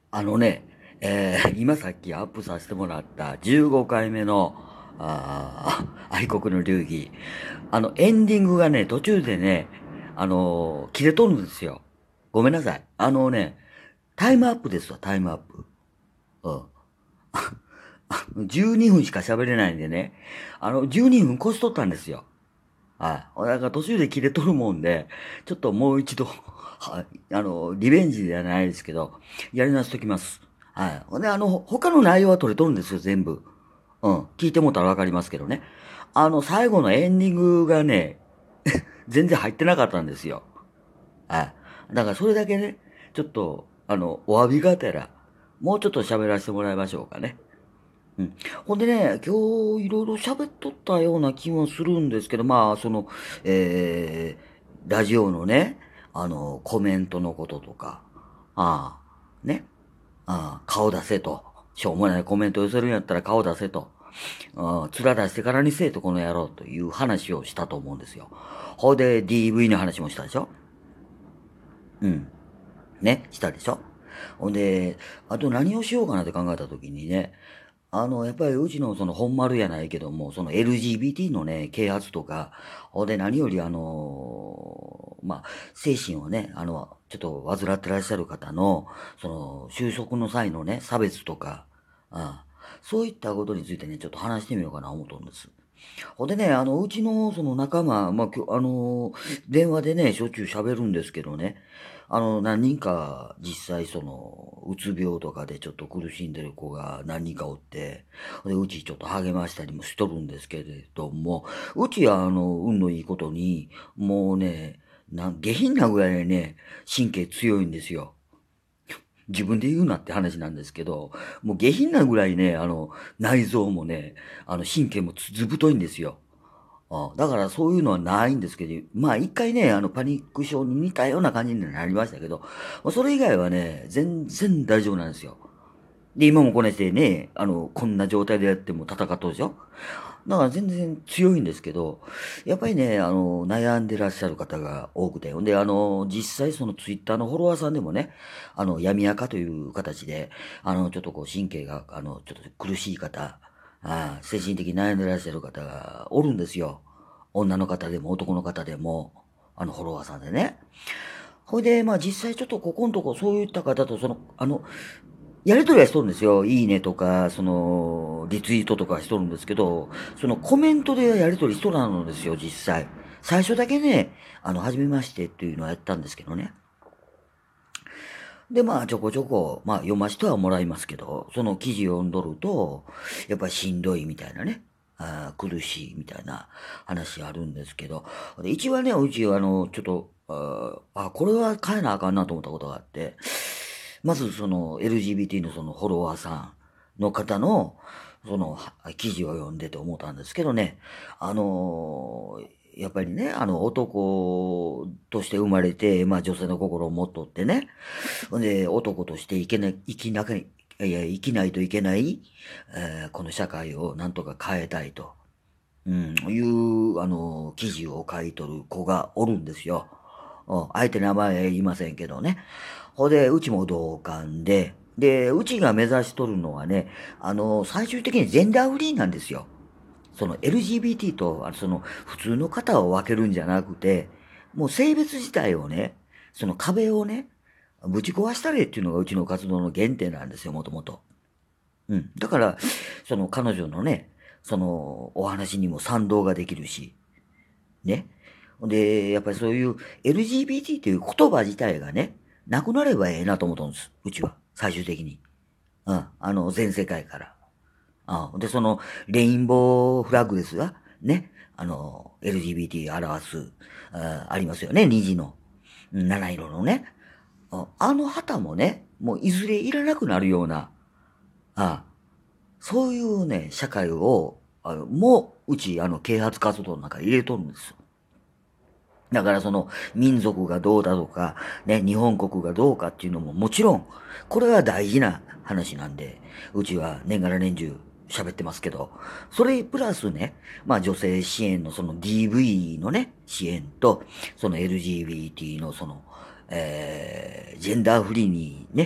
今さっきアップさせてもらった15回目の、愛国の流儀。エンディングがね、途中でね、切れとるんですよ。ごめんなさい。タイムアップですわ、タイムアップ。12分しか喋れないんでね、12分越しとったんですよ。はい。だから途中で切れとるもんで、ちょっともう一度、はい、リベンジじゃないですけど、やり直しときます。はい。ほんで、他の内容は取れとるんですよ、全部。うん。聞いてもらったらわかりますけどね。最後のエンディングがね、全然入ってなかったんですよ。はい。だからそれだけね、ちょっと、お詫びがてら、もうちょっと喋らせてもらいましょうかね。うん。ほんでね、今日いろいろ喋っとったような気もするんですけど、まあ、ラジオのね、コメントのこととか、あね、顔出せと。しょうもないコメント寄せるんやったら顔出せと。面出してからにせえとこの野郎という話をしたと思うんですよ。ほいで DV の話もしたでしょ。うん。ね、したでしょ。ほんで、あと何をしようかなって考えたときにね、やっぱりうちのその本丸やないけども、その LGBT のね、啓発とか、ほんで何より精神をね、ちょっと患ってらっしゃる方の、その、就職の際のね、差別とか、そういったことについてね、ちょっと話してみようかな思うとんです。ほんでね、うちのその仲間、まあ、電話でね、しょっちゅう喋るんですけどね、何人か実際その、うつ病とかでちょっと苦しんでる子が何人かおって、で、うちちょっと励ましたりもしとるんですけれども、うちは運のいいことに、もうね、下品なぐらいね、神経強いんですよ。自分で言うなって話なんですけど、もう下品なぐらいね、内臓もね、神経もずぶといんですよ。だからそういうのはないんですけど、まあ一回ね、パニック症に似たような感じになりましたけど、それ以外はね、全然大丈夫なんですよ。で、今もこねしてね、こんな状態でやっても戦っとるでしょ。だから全然強いんですけど、やっぱりね、悩んでらっしゃる方が多くて、ほんで、実際そのツイッターのフォロワーさんでもね、闇垢という形で、ちょっとこう神経が、ちょっと苦しい方、精神的に悩んでらっしゃる方がおるんですよ。女の方でも男の方でも、フォロワーさんでね。ほいで、まあ実際ちょっとここのとこそういった方と、やりとりはしとるんですよ。いいねとか、リツイートとかしとるんですけど、そのコメントでやりとりしとらんのですよ、実際。最初だけね、はじめましてっていうのをやったんですけどね。で、まあ、ちょこちょこ、まあ、読ませてはもらいますけど、その記事読んどると、やっぱりしんどいみたいなね、苦しいみたいな話あるんですけど、で一番ね、うちはちょっと、これは変えなあかんなと思ったことがあって、まずその LGBT のそのフォロワーさんの方の、その記事を読んでて思ったんですけどね、やっぱりね、男として生まれて、まあ女性の心を持っとってね、で、男として生きないといけない、この社会をなんとか変えたいと、いう、記事を書いとる子がおるんですよ。あえて名前言いませんけどね。ほで、うちも同感で、うちが目指しとるのはね、最終的にジェンダーフリーなんですよ。その LGBT と、その普通の方を分けるんじゃなくて、もう性別自体をね、その壁をね、ぶち壊したれっていうのがうちの活動の原点なんですよ、もともと。うん。だから、その彼女のね、そのお話にも賛同ができるし、ね。で、やっぱりそういう LGBT という言葉自体がね、なくなればええなと思ったんです。うちは。最終的に。うん。全世界から。で、その、レインボーフラッグですが、ね。LGBT 表す、ありますよね。虹の。七色のね。あの旗もね、もういずれいらなくなるような、あそういうね、社会を、もう、うち、啓発活動の中に入れとるんですよ。だからその民族がどうだとか、ね、日本国がどうかっていうのももちろん、これは大事な話なんで、うちは年がら年中喋ってますけど、それプラスね、まあ女性支援のその DV のね、支援と、その LGBT のその、ジェンダーフリーにね、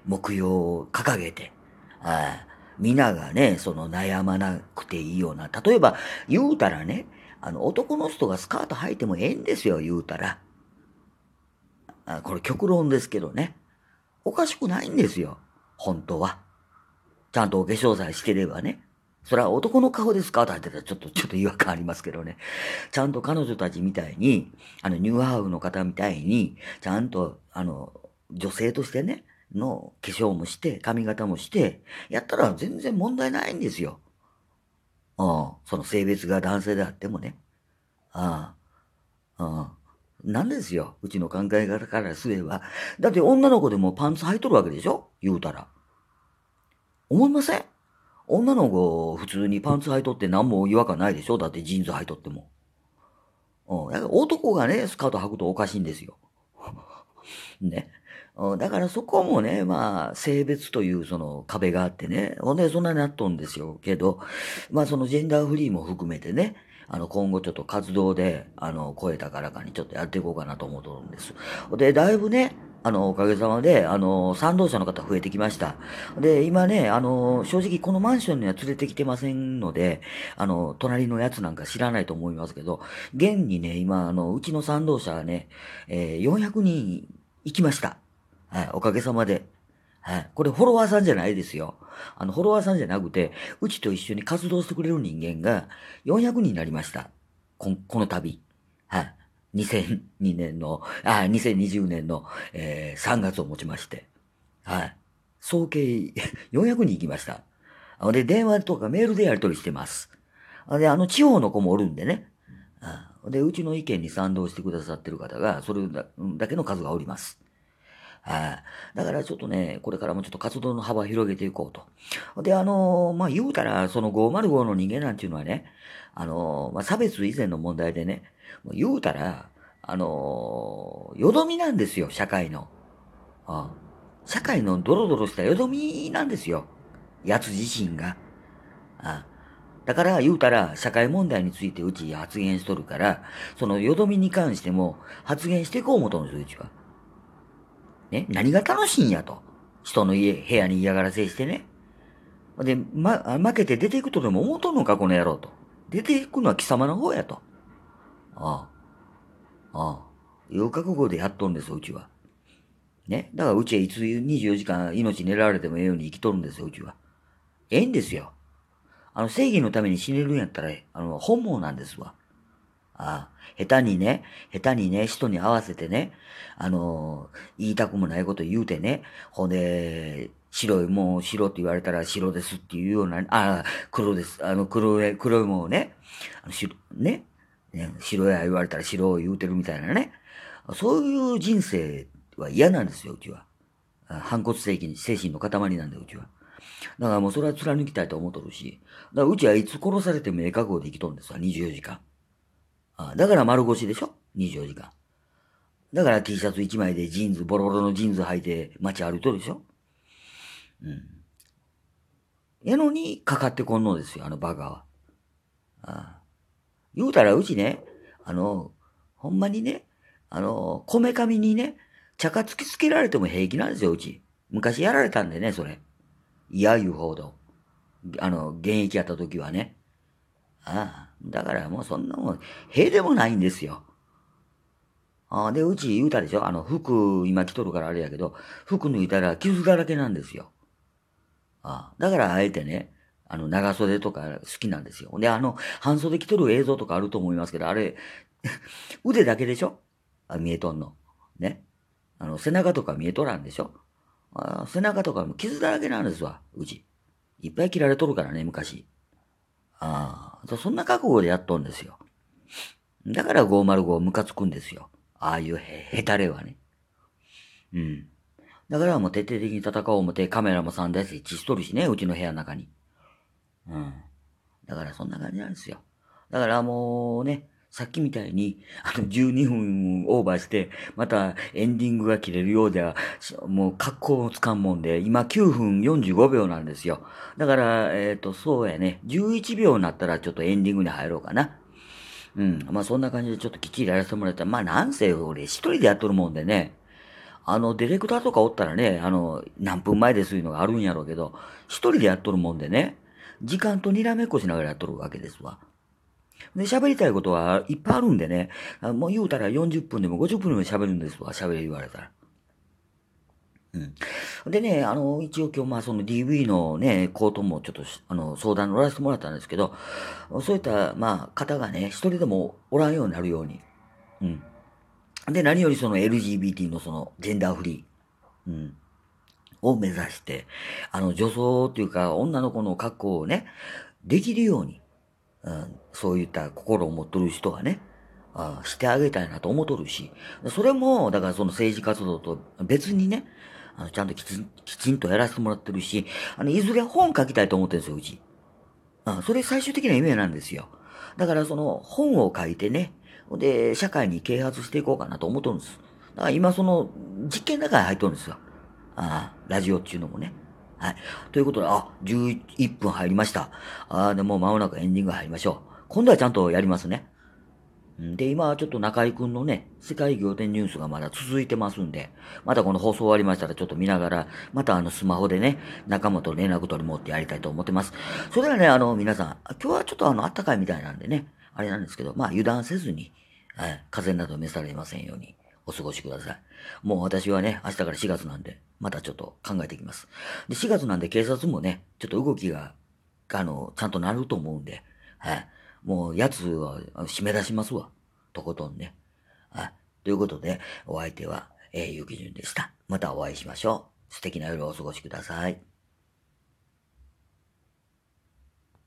目標を掲げて、皆がね、その悩まなくていいような、例えば言うたらね、男の人がスカート履いてもええんですよ、言うたら。これ極論ですけどね。おかしくないんですよ、本当は。ちゃんとお化粧さえしてればね。それは男の顔でスカート履いてたらちょっと違和感ありますけどね。ちゃんと彼女たちみたいに、ニューハーフの方みたいに、ちゃんと、女性としてね、の化粧もして、髪型もして、やったら全然問題ないんですよ。その性別が男性であってもね。ああ、なんですよ。うちの考え方からすれば。だって女の子でもパンツ履いとるわけでしょ言うたら。思いません？女の子普通にパンツ履いとって何も違和感ないでしょだってジーンズ履いとっても。だから男がね、スカート履くとおかしいんですよ。ね。だからそこもね、まあ、性別というその壁があってね、ほんでそんなになっとんですよ。けど、まあそのジェンダーフリーも含めてね、今後ちょっと活動で、超えたからかにちょっとやっていこうかなと思っとるんです。で、だいぶね、おかげさまで、賛同者の方増えてきました。で、今ね、正直このマンションには連れてきてませんので、隣のやつなんか知らないと思いますけど、現にね、今、うちの賛同者はね、400人行きました。はい、おかげさまで。はい。これフォロワーさんじゃないですよ。フォロワーさんじゃなくて、うちと一緒に活動してくれる人間が400人になりました。この度。はい。2002年の、2020年の、3月をもちまして。はい。総計400人行きました。で、電話とかメールでやり取りしてます。で、地方の子もおるんでね。で、うちの意見に賛同してくださってる方が、それだけの数がおります。はい。だからちょっとね、これからもちょっと活動の幅を広げていこうと。で、まあ、言うたら、その505の人間なんていうのはね、まあ、差別以前の問題でね、言うたら、よどみなんですよ、社会の。あ社会のドロドロしたよどみなんですよ。奴自身が。だから言うたら、社会問題についてうち発言しとるから、そのよどみに関しても発言していこう思とんですよ、うちは。ね、何が楽しいんやと。人の部屋に嫌がらせしてね。で、負けて出ていくとでも思うとんのか、この野郎と。出ていくのは貴様の方やと。ああ、ああ。いう覚悟でやっとんですよ、うちは。ね。だからうちはいつ24時間命狙われてもええように生きとるんですよ、うちは。ええんですよ。正義のために死ねるんやったら、本望なんですわ。下手にね、人に合わせてね、言いたくもないこと言うてね、ほんで、白いもう白って言われたら白ですっていうような、黒です、黒いもんをね、白や言われたら白を言うてるみたいなね、そういう人生は嫌なんですよ、うちは。反骨精神の塊なんで、うちは。だからもうそれは貫きたいと思っとるし、だからうちはいつ殺されてもええ覚悟で生きとるんですわ、24時間。だから丸腰でしょ ?24 時間。だから T シャツ1枚でボロボロのジーンズ履いて街歩いとるでしょ。やのにかかってこんのですよ、あのバカは。言うたらうちね、ほんまにね、こめかみにね、茶化突きつけられても平気なんですよ、うち。昔やられたんでね、それ。嫌言うほど。現役やった時はね。だからもうそんなもん、塀でもないんですよ。で、うち言うたでしょ服今着とるからあれやけど、服脱いだら傷だらけなんですよ。だからあえてね、長袖とか好きなんですよ。で、半袖着とる映像とかあると思いますけど、あれ、腕だけでしょ見えとんの。ね。背中とか見えとらんでしょ背中とかも傷だらけなんですわ、うち。いっぱい切られとるからね、昔。そんな覚悟でやっとんですよ。だから505ムカつくんですよ。ああいうへたれはね。うん。だからもう徹底的に戦おう思ってカメラも3台設置しとるしね、うちの部屋の中に。うん。だからそんな感じなんですよ。だからもうね、さっきみたいに、12分オーバーして、またエンディングが切れるようでは、もう格好をつかんもんで、今9分45秒なんですよ。だから、そうやね、11秒になったらちょっとエンディングに入ろうかな。まあそんな感じでちょっときっちりやらせてもらったら、まあなんせ俺一人でやっとるもんでね、 ディレクターとかおったらね、何分前ですいうのがあるんやろうけど、一人でやっとるもんでね、時間とにらめっこしながらやっとるわけですわ。で、喋りたいことはいっぱいあるんでね、もう言うたら40分でも50分でも喋るんですわ、喋り言われたら。うん。でね、一応今日その DV のね、コートもちょっと相談乗らせてもらったんですけど、そういった、方がね、一人でもおらんようになるように。うん。で、何よりその LGBT のその、ジェンダーフリー。うん。を目指して、女装っていうか、女の子の格好をね、できるように、そういった心を持っとる人はね、してあげたいなと思っとるし、それも、だからその政治活動と別にね、ちゃんときちんとやらせてもらってるし、いずれ本書きたいと思ってるんですよ、うち。それ最終的な夢なんですよ。だからその本を書いてね、で、社会に啓発していこうかなと思っとるんです。だから今その実験の中に入っとるんですよ。ラジオっていうのもね。はい。ということで、11分入りました。でもう間もなくエンディング入りましょう。今度はちゃんとやりますね。で、今はちょっと中井くんのね、世界仰天ニュースがまだ続いてますんで、またこの放送終わりましたらちょっと見ながら、またスマホでね、仲間と連絡取り持ってやりたいと思ってます。それではね、皆さん、今日はちょっと暖かいみたいなんでね、あれなんですけど、油断せずに、風邪など召されませんようにお過ごしください。もう私はね、明日から4月なんで、またちょっと考えていきます。で、4月なんで警察もね、ちょっと動きが、ちゃんとなると思うんで、はい。もう、やつは締め出しますわ。とことんね。ということで、お相手は、ゆきじゅんでした。またお会いしましょう。素敵な夜をお過ごしください。